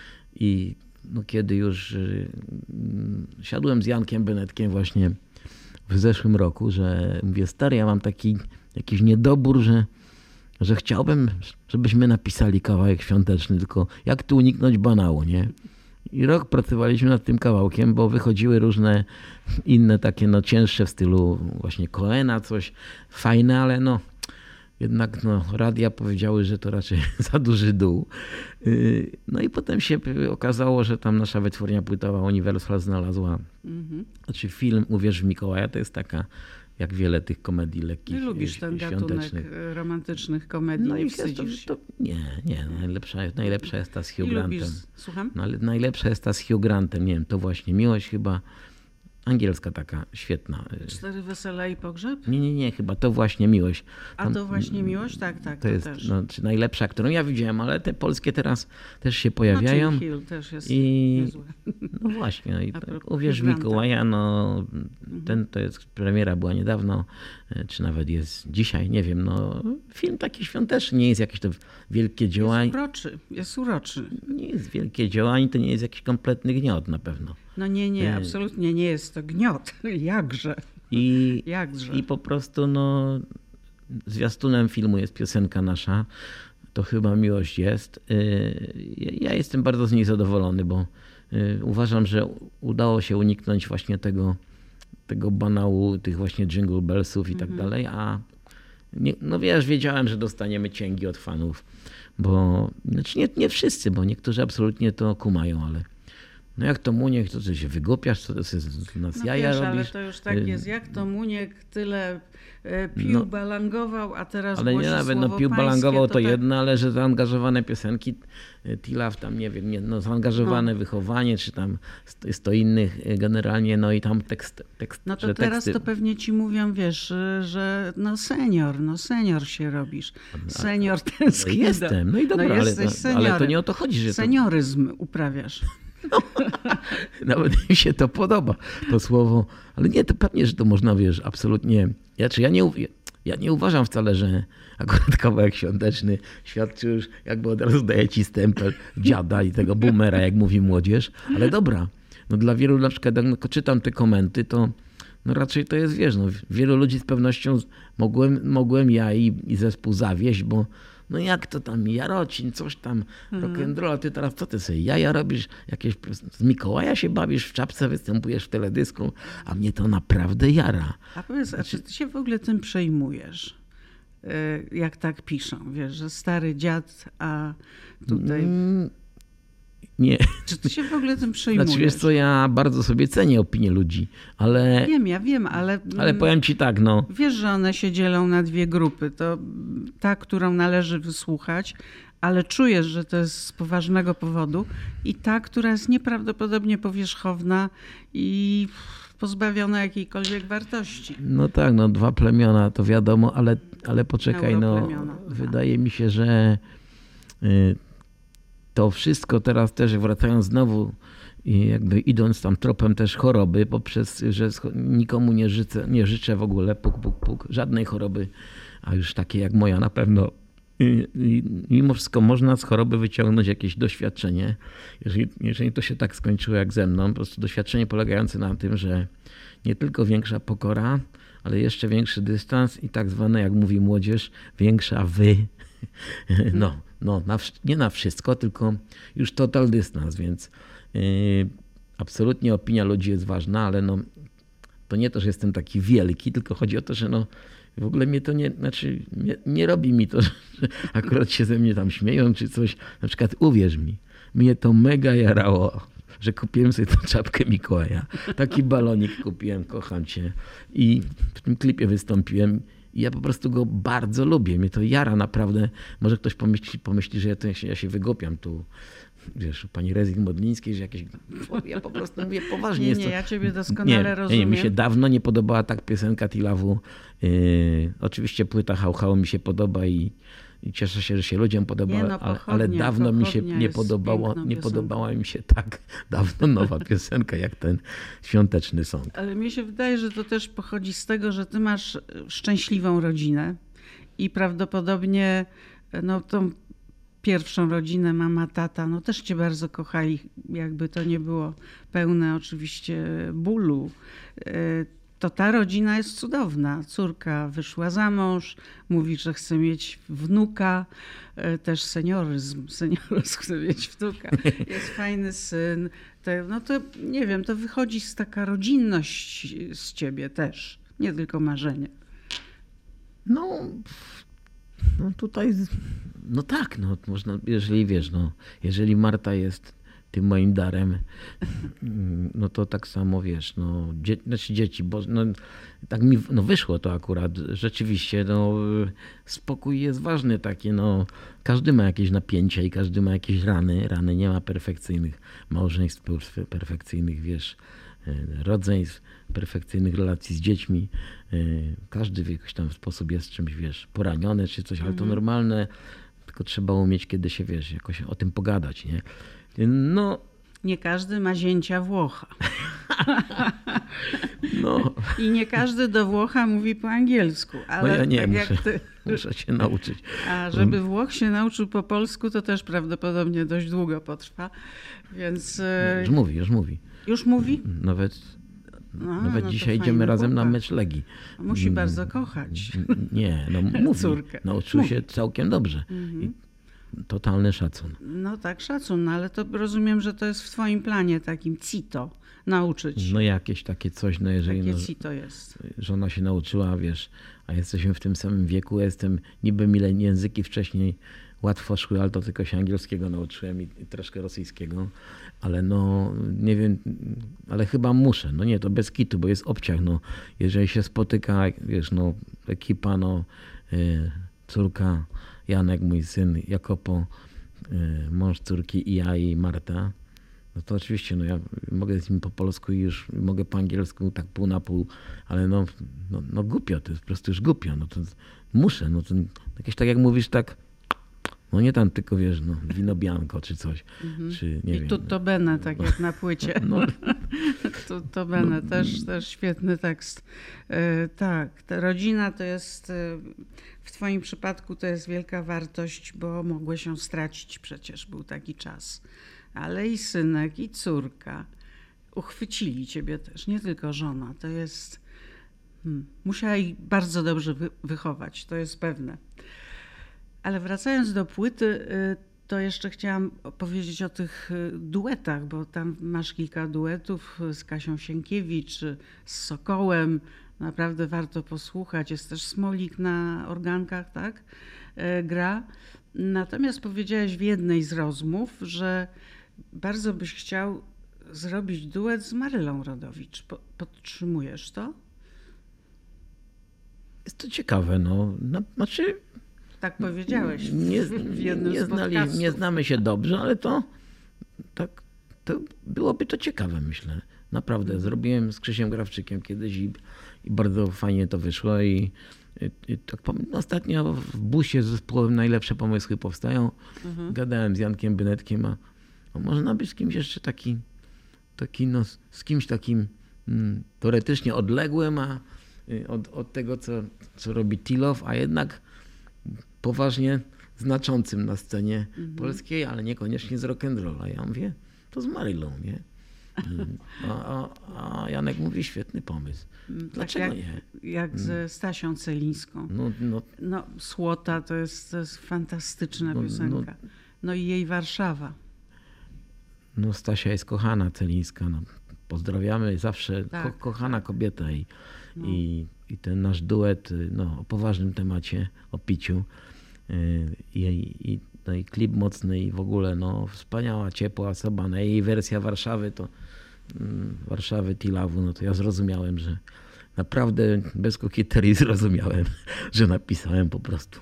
i no, kiedy już y, siadłem z Jankiem Benetkiem właśnie w zeszłym roku, że mówię, stary, ja mam taki jakiś niedobór, że, że chciałbym, żebyśmy napisali kawałek świąteczny, tylko jak tu uniknąć banału, nie? I rok pracowaliśmy nad tym kawałkiem, bo wychodziły różne inne takie no cięższe w stylu właśnie Coena, coś fajne, ale no jednak no radia powiedziały, że to raczej za duży dół. No i potem się okazało, że tam nasza wytwórnia płytowa Universal znalazła, mm-hmm. znaczy film Uwierz w Mikołaja, to jest taka jak wiele tych komedii lekkich, Ty lubisz ten świątecznych. Gatunek romantycznych komedii, no nie i wstydzisz to, to, Nie, nie, najlepsza, najlepsza jest ta z Hugh Grantem. Lubisz, słucham? No, ale najlepsza jest ta z Hugh Grantem, nie wiem, to właśnie Miłość chyba, angielska taka, świetna. Cztery wesela i pogrzeb? Nie, nie, nie, chyba to właśnie Miłość. Tam, A to właśnie Miłość? Tak, tak, to, to jest też. No, czy najlepsza, którą ja widziałem, ale te polskie teraz też się pojawiają. No, Hill też jest I niezłe. No właśnie, i Uwierz w Mikołaja, no ten to jest, premiera była niedawno, czy nawet jest dzisiaj, nie wiem, no film taki świąteczny, nie jest jakieś to wielkie dzieło. Jest uroczy, jest uroczy. Nie jest wielkie dzieło, ani to nie jest jakiś kompletny gniot na pewno. No nie, nie, absolutnie nie jest to gniot. Jakże. I, Jakże. I po prostu no zwiastunem filmu jest piosenka nasza, to chyba Miłość jest. Ja jestem bardzo z niej zadowolony, bo uważam, że udało się uniknąć właśnie tego, tego banału, tych właśnie jingle bellsów i mhm. tak dalej, a nie, no wiesz, wiedziałem, że dostaniemy cięgi od fanów, bo znaczy nie, nie wszyscy, bo niektórzy absolutnie to kumają, ale No jak to Muniek, to ty się wygłupiasz, co ty z nas No jaja wiesz, robisz? ale to już tak jest, jak to Muniek tyle e, pił, No. balangował, a teraz Ale głosi nie nawet, no słowo pił pańskie, balangował to tak- jedno, ale że zaangażowane piosenki, y, Tilaf tam, nie wiem, nie, no zaangażowane wychowanie, czy tam sto, sto innych y, generalnie, no i tam tekst, tekst No to że teraz teksty, to pewnie ci mówią, wiesz, że, że no senior, no senior się robisz. Senior no tęskni. do- jestem, no i dobra, no ale, jesteś to, seniorem. ale to nie o to chodzi, że to, Senioryzm uprawiasz. nawet mi się to podoba, to słowo, ale nie, to pewnie, że to można, wiesz, absolutnie, ja, czy ja nie, uw- ja nie uważam wcale, że akurat kawałek świąteczny świadczy już, jakby od razu daje ci stempel dziada i tego boomera, jak mówi młodzież, ale dobra, no dla wielu, na przykład jak czytam te komenty, to no raczej to jest, wiesz, no, wielu ludzi z pewnością mogłem, mogłem ja i, i zespół zawieść, bo no jak to tam, Jarocin, coś tam, rock'n'roll, a ty teraz co ty sobie, jaja robisz, jakieś, z Mikołaja się bawisz, w czapce występujesz w teledysku, a mnie to naprawdę jara. A powiedz, a czy ty się w ogóle tym przejmujesz? Y, Jak tak piszą, wiesz, że stary dziad, a tutaj... Mm, nie, Czy ty się w ogóle tym przejmujesz? znaczy wiesz co, ja bardzo sobie cenię opinię ludzi, ale, Wiem, ja wiem, ale... ale mm, powiem ci tak, no, Wiesz, że one się dzielą na dwie grupy. To ta, którą należy wysłuchać, ale czujesz, że to jest z poważnego powodu, i ta, która jest nieprawdopodobnie powierzchowna i pozbawiona jakiejkolwiek wartości. no tak, no dwa plemiona, to wiadomo, ale, ale poczekaj, no, Europlemiona. wydaje mi się, że y, to wszystko teraz też wracając znowu i jakby idąc tam tropem też choroby, poprzez, że scho- nikomu nie życzę, nie życzę w ogóle puk, puk, puk, żadnej choroby, a już takiej jak moja na pewno. I, i, mimo wszystko można z choroby wyciągnąć jakieś doświadczenie. Jeżeli, jeżeli to się tak skończyło jak ze mną, po prostu doświadczenie polegające na tym, że nie tylko większa pokora, ale jeszcze większy dystans i tak zwane, jak mówi młodzież, większa wy. No, no na, wsz- nie na wszystko, tylko już total dystans, więc yy, absolutnie opinia ludzi jest ważna, ale no, to nie to, że jestem taki wielki, tylko chodzi o to, że no, w ogóle mnie to nie, znaczy nie, nie robi mi to, że akurat się ze mnie tam śmieją czy coś. Na przykład uwierz mi, mnie to mega jarało, że kupiłem sobie tą czapkę Mikołaja. Taki balonik kupiłem, kocham cię. I w tym klipie wystąpiłem. I ja po prostu go bardzo lubię. Mnie to jara naprawdę. Może ktoś pomyśli, pomyśli że ja, to, ja, się, ja się wygopiam tu. Wiesz, u pani Rezik Modlińskiej, że jakieś... Ja po prostu mówię poważnie. Nie, jest nie, to... ja ciebie doskonale nie, rozumiem. Nie, mi się dawno nie podobała tak piosenka Tilawu. Yy, oczywiście płyta Hał Hał mi się podoba i, i cieszę się, że się ludziom podoba, Nie, no, ale, ale pochodnia, dawno mi się pochodnia nie jest podobało, piękną nie piosenką. podobała mi się tak dawno nowa piosenka jak ten świąteczny song. Ale mi się wydaje, że to też pochodzi z tego, że ty masz szczęśliwą rodzinę i prawdopodobnie no, tą pierwszą rodzinę, mama, tata, no też cię bardzo kochali, jakby to nie było pełne oczywiście bólu. To ta rodzina jest cudowna. Córka wyszła za mąż, mówi, że chce mieć wnuka, też senioryzm, senioryzm chce mieć wnuka. Jest fajny syn. Te, no to nie wiem, to wychodzi z taka rodzinność z ciebie też, nie tylko marzenie. No, no tutaj, no tak, no można, jeżeli wiesz, no, jeżeli Marta jest tym moim darem, no to tak samo wiesz, no, dzie, znaczy dzieci, bo no, tak mi no, wyszło to akurat, rzeczywiście, no, spokój jest ważny taki, no, każdy ma jakieś napięcia i każdy ma jakieś rany, rany, nie ma perfekcyjnych małżeństw, perfekcyjnych, wiesz, rodzeństw, perfekcyjnych relacji z dziećmi. Każdy w jakiś tam sposób jest czymś, wiesz, poraniony czy coś, ale to normalne, tylko trzeba umieć kiedy się, wiesz, jakoś o tym pogadać, nie? No, Nie każdy ma zięcia Włocha. no, I nie każdy do Włocha mówi po angielsku. Ale no ja nie, tak muszę, jak ty. muszę się nauczyć. A żeby Włoch się nauczył po polsku, to też prawdopodobnie dość długo potrwa. Więc e, Już mówi, już mówi. już mówi? Nawet, A, nawet no to dzisiaj fajny idziemy razem na chłopak. mecz Legii. Musi bardzo kochać. Nie, no mówi. Córkę. Nauczył Mówi. się całkiem dobrze. I totalny szacun. No tak, szacun, no ale to rozumiem, że to jest w twoim planie takim cito nauczyć. No jakieś takie coś, no jeżeli Takie no, cito jest. żona się nauczyła, wiesz, a jesteśmy w tym samym wieku, ja jestem niby mile języki wcześniej łatwo szły, ale to tylko się angielskiego nauczyłem i, i troszkę rosyjskiego, ale no nie wiem, ale chyba muszę, no nie, to bez kitu, bo jest obciach, no jeżeli się spotyka, wiesz, no ekipa, no y, córka, Janek, mój syn, Jakopo, y, mąż córki i ja i Marta, no to oczywiście, no ja mogę z nim po polsku i już mogę po angielsku, tak pół na pół, ale no, no, no głupio, to jest po prostu już głupio, no to muszę, no to jakieś tak jak mówisz, tak, no nie tam tylko, wiesz, no wino bianco czy coś, mhm. czy nie I wiem. I tutto bene, tak jak na płycie. No. Tutto bene, no. też, też świetny tekst. Yy, tak, ta rodzina to jest, yy, w twoim przypadku to jest wielka wartość, bo mogłeś ją stracić przecież, był taki czas. Ale i synek, i córka uchwycili ciebie też, nie tylko żona. To jest, hmm, musiała ich bardzo dobrze wy, wychować, to jest pewne. Ale wracając do płyty, to jeszcze chciałam powiedzieć o tych duetach, bo tam masz kilka duetów z Kasią Sienkiewicz, z Sokołem. Naprawdę warto posłuchać. Jest też Smolik na organkach, tak? Gra. Natomiast powiedziałeś w jednej z rozmów, że bardzo byś chciał zrobić duet z Marylą Rodowicz. Podtrzymujesz to? Jest to ciekawe, no. no znaczy... Tak powiedziałeś nie, w jednym nie, z znali, nie znamy się dobrze, ale to tak to byłoby to ciekawe, myślę. Naprawdę. Zrobiłem z Krzysiem Grawczykiem kiedyś i, i bardzo fajnie to wyszło. I, i, i tak ostatnio w busie z zespołem Najlepsze Pomysły powstają. Mhm. Gadałem z Jankiem Bynetkiem, a, a można by z kimś jeszcze taki, taki no, z kimś takim mm, teoretycznie odległym a, od, od tego, co, co robi Tilow, a jednak poważnie znaczącym na scenie mhm. polskiej, ale niekoniecznie z rock'n'rolla. Ja mówię, to z Marylą, nie? A, a, a Janek mówi, świetny pomysł. Dlaczego tak jak, nie? Jak ze Stasią Celińską. No, no, no Słota to jest, to jest fantastyczna no, piosenka. No, no i jej Warszawa. No Stasia jest kochana Celińska. No, pozdrawiamy zawsze, tak, ko, kochana tak. kobieta. I, no. i, I ten nasz duet no, o poważnym temacie, o piciu. I, i, no i klip mocny i w ogóle no, wspaniała, ciepła osoba. No, jej wersja Warszawy to mm, Warszawy Tilawu, no to ja zrozumiałem, że naprawdę bez kokieterii zrozumiałem, że napisałem po prostu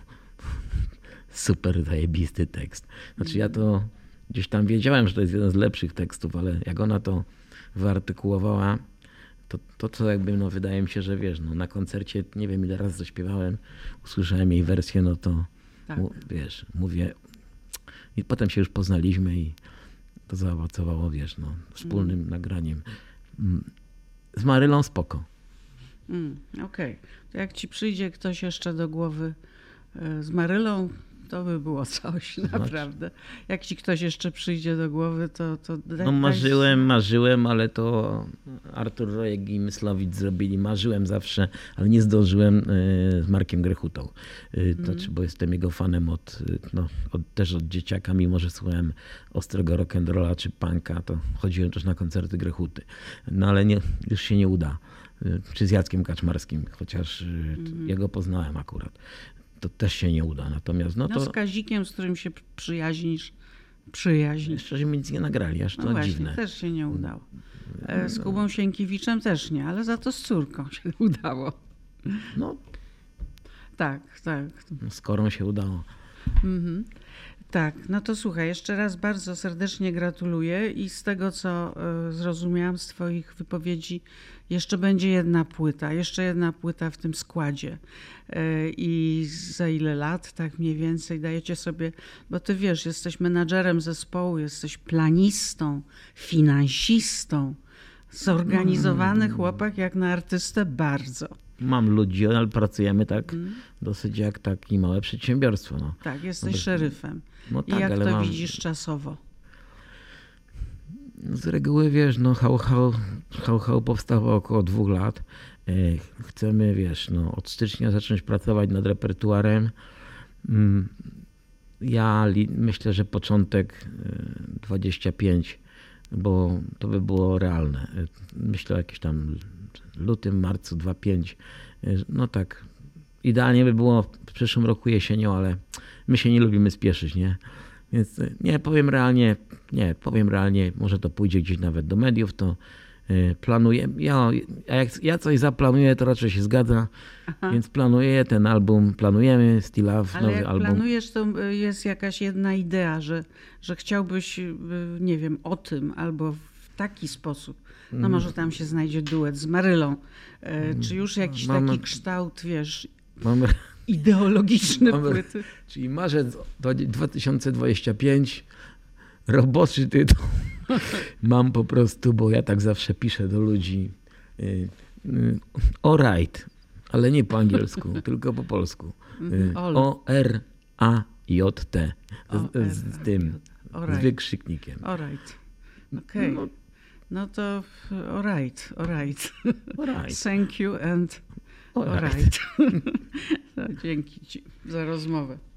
super zajebisty tekst. Znaczy ja to gdzieś tam wiedziałem, że to jest jeden z lepszych tekstów, ale jak ona to wyartykułowała, to, to co jakby, no wydaje mi się, że wiesz, no na koncercie, nie wiem ile razy zaśpiewałem, usłyszałem jej wersję, no to tak. mu, wiesz, mówię i potem się już poznaliśmy i to zaowocowało, wiesz, no wspólnym mm. nagraniem. Z Marylą spoko. Mm, Okej. Okay. To jak ci przyjdzie ktoś jeszcze do głowy z Marylą, to by było coś, naprawdę. Jak ci ktoś jeszcze przyjdzie do głowy, to... to daj, no marzyłem, daj... marzyłem, ale to Artur Rojek i Mysłowicz zrobili. Marzyłem zawsze, ale nie zdążyłem z Markiem Grechutą. To, mm. Bo jestem jego fanem od, no, od, też od dzieciaka, mimo że słuchałem ostrego rock'n'rolla czy punka, to chodziłem też na koncerty Grechuty. No ale nie, już się nie uda. Czy z Jackiem Kaczmarskim, chociaż mm. jego poznałem akurat. To też się nie uda. Natomiast no to... No z Kazikiem, z którym się przyjaźnisz, przyjaźń. Jeszcze się nic nie nagrali, aż to no właśnie, dziwne. też się nie udało. Z Kubą Sienkiewiczem też nie, ale za to z córką się udało. No. Tak, tak. No, z Korą się udało. Mhm. Tak, no to słuchaj, jeszcze raz bardzo serdecznie gratuluję i z tego, co y, zrozumiałam z twoich wypowiedzi, jeszcze będzie jedna płyta, jeszcze jedna płyta w tym składzie. Y, I za ile lat, tak mniej więcej, dajecie sobie, bo ty wiesz, jesteś menadżerem zespołu, jesteś planistą, finansistą, zorganizowany chłopak jak na artystę bardzo. Mam ludzi, ale pracujemy tak mm. dosyć jak takie małe przedsiębiorstwo. No. Tak, jesteś no, szeryfem. No I tak, jak ale to mam... widzisz czasowo? Z reguły wiesz, no Hał Hał, Hał, Hał powstało około dwóch lat. Chcemy, wiesz, no, od stycznia zacząć pracować nad repertuarem. Ja myślę, że początek dwadzieścia pięć, bo to by było realne. Myślę o jakimś tam lutym, marcu dwadzieścia pięć. No tak, idealnie by było w przyszłym roku jesienią, ale my się nie lubimy spieszyć, nie? Więc nie, powiem realnie, nie, powiem realnie, może to pójdzie gdzieś nawet do mediów, to y, planuję, ja, a jak ja coś zaplanuję, to raczej się zgadza, Aha. więc planuję ten album, planujemy Still Love, Ale nowy jak album. planujesz, to jest jakaś jedna idea, że, że chciałbyś, nie wiem, o tym albo w taki sposób. No może tam się znajdzie duet z Marylą. E, Czy już jakiś Mamy- taki kształt, wiesz, Mamy, ideologiczny Mamy- płyty? czyli marzec dwa tysiące dwudziesty piąty, roboczy tytuł. Mam po prostu, bo ja tak zawsze piszę do ludzi. y, y, Alright, ale nie po angielsku, tylko po polsku. Y, All. O R A J T O, z, z tym, z Alright. wykrzyknikiem. Alright. Okej. No. No to alright, alright. Alright. Thank you and Alright. alright. No, dzięki ci za rozmowę.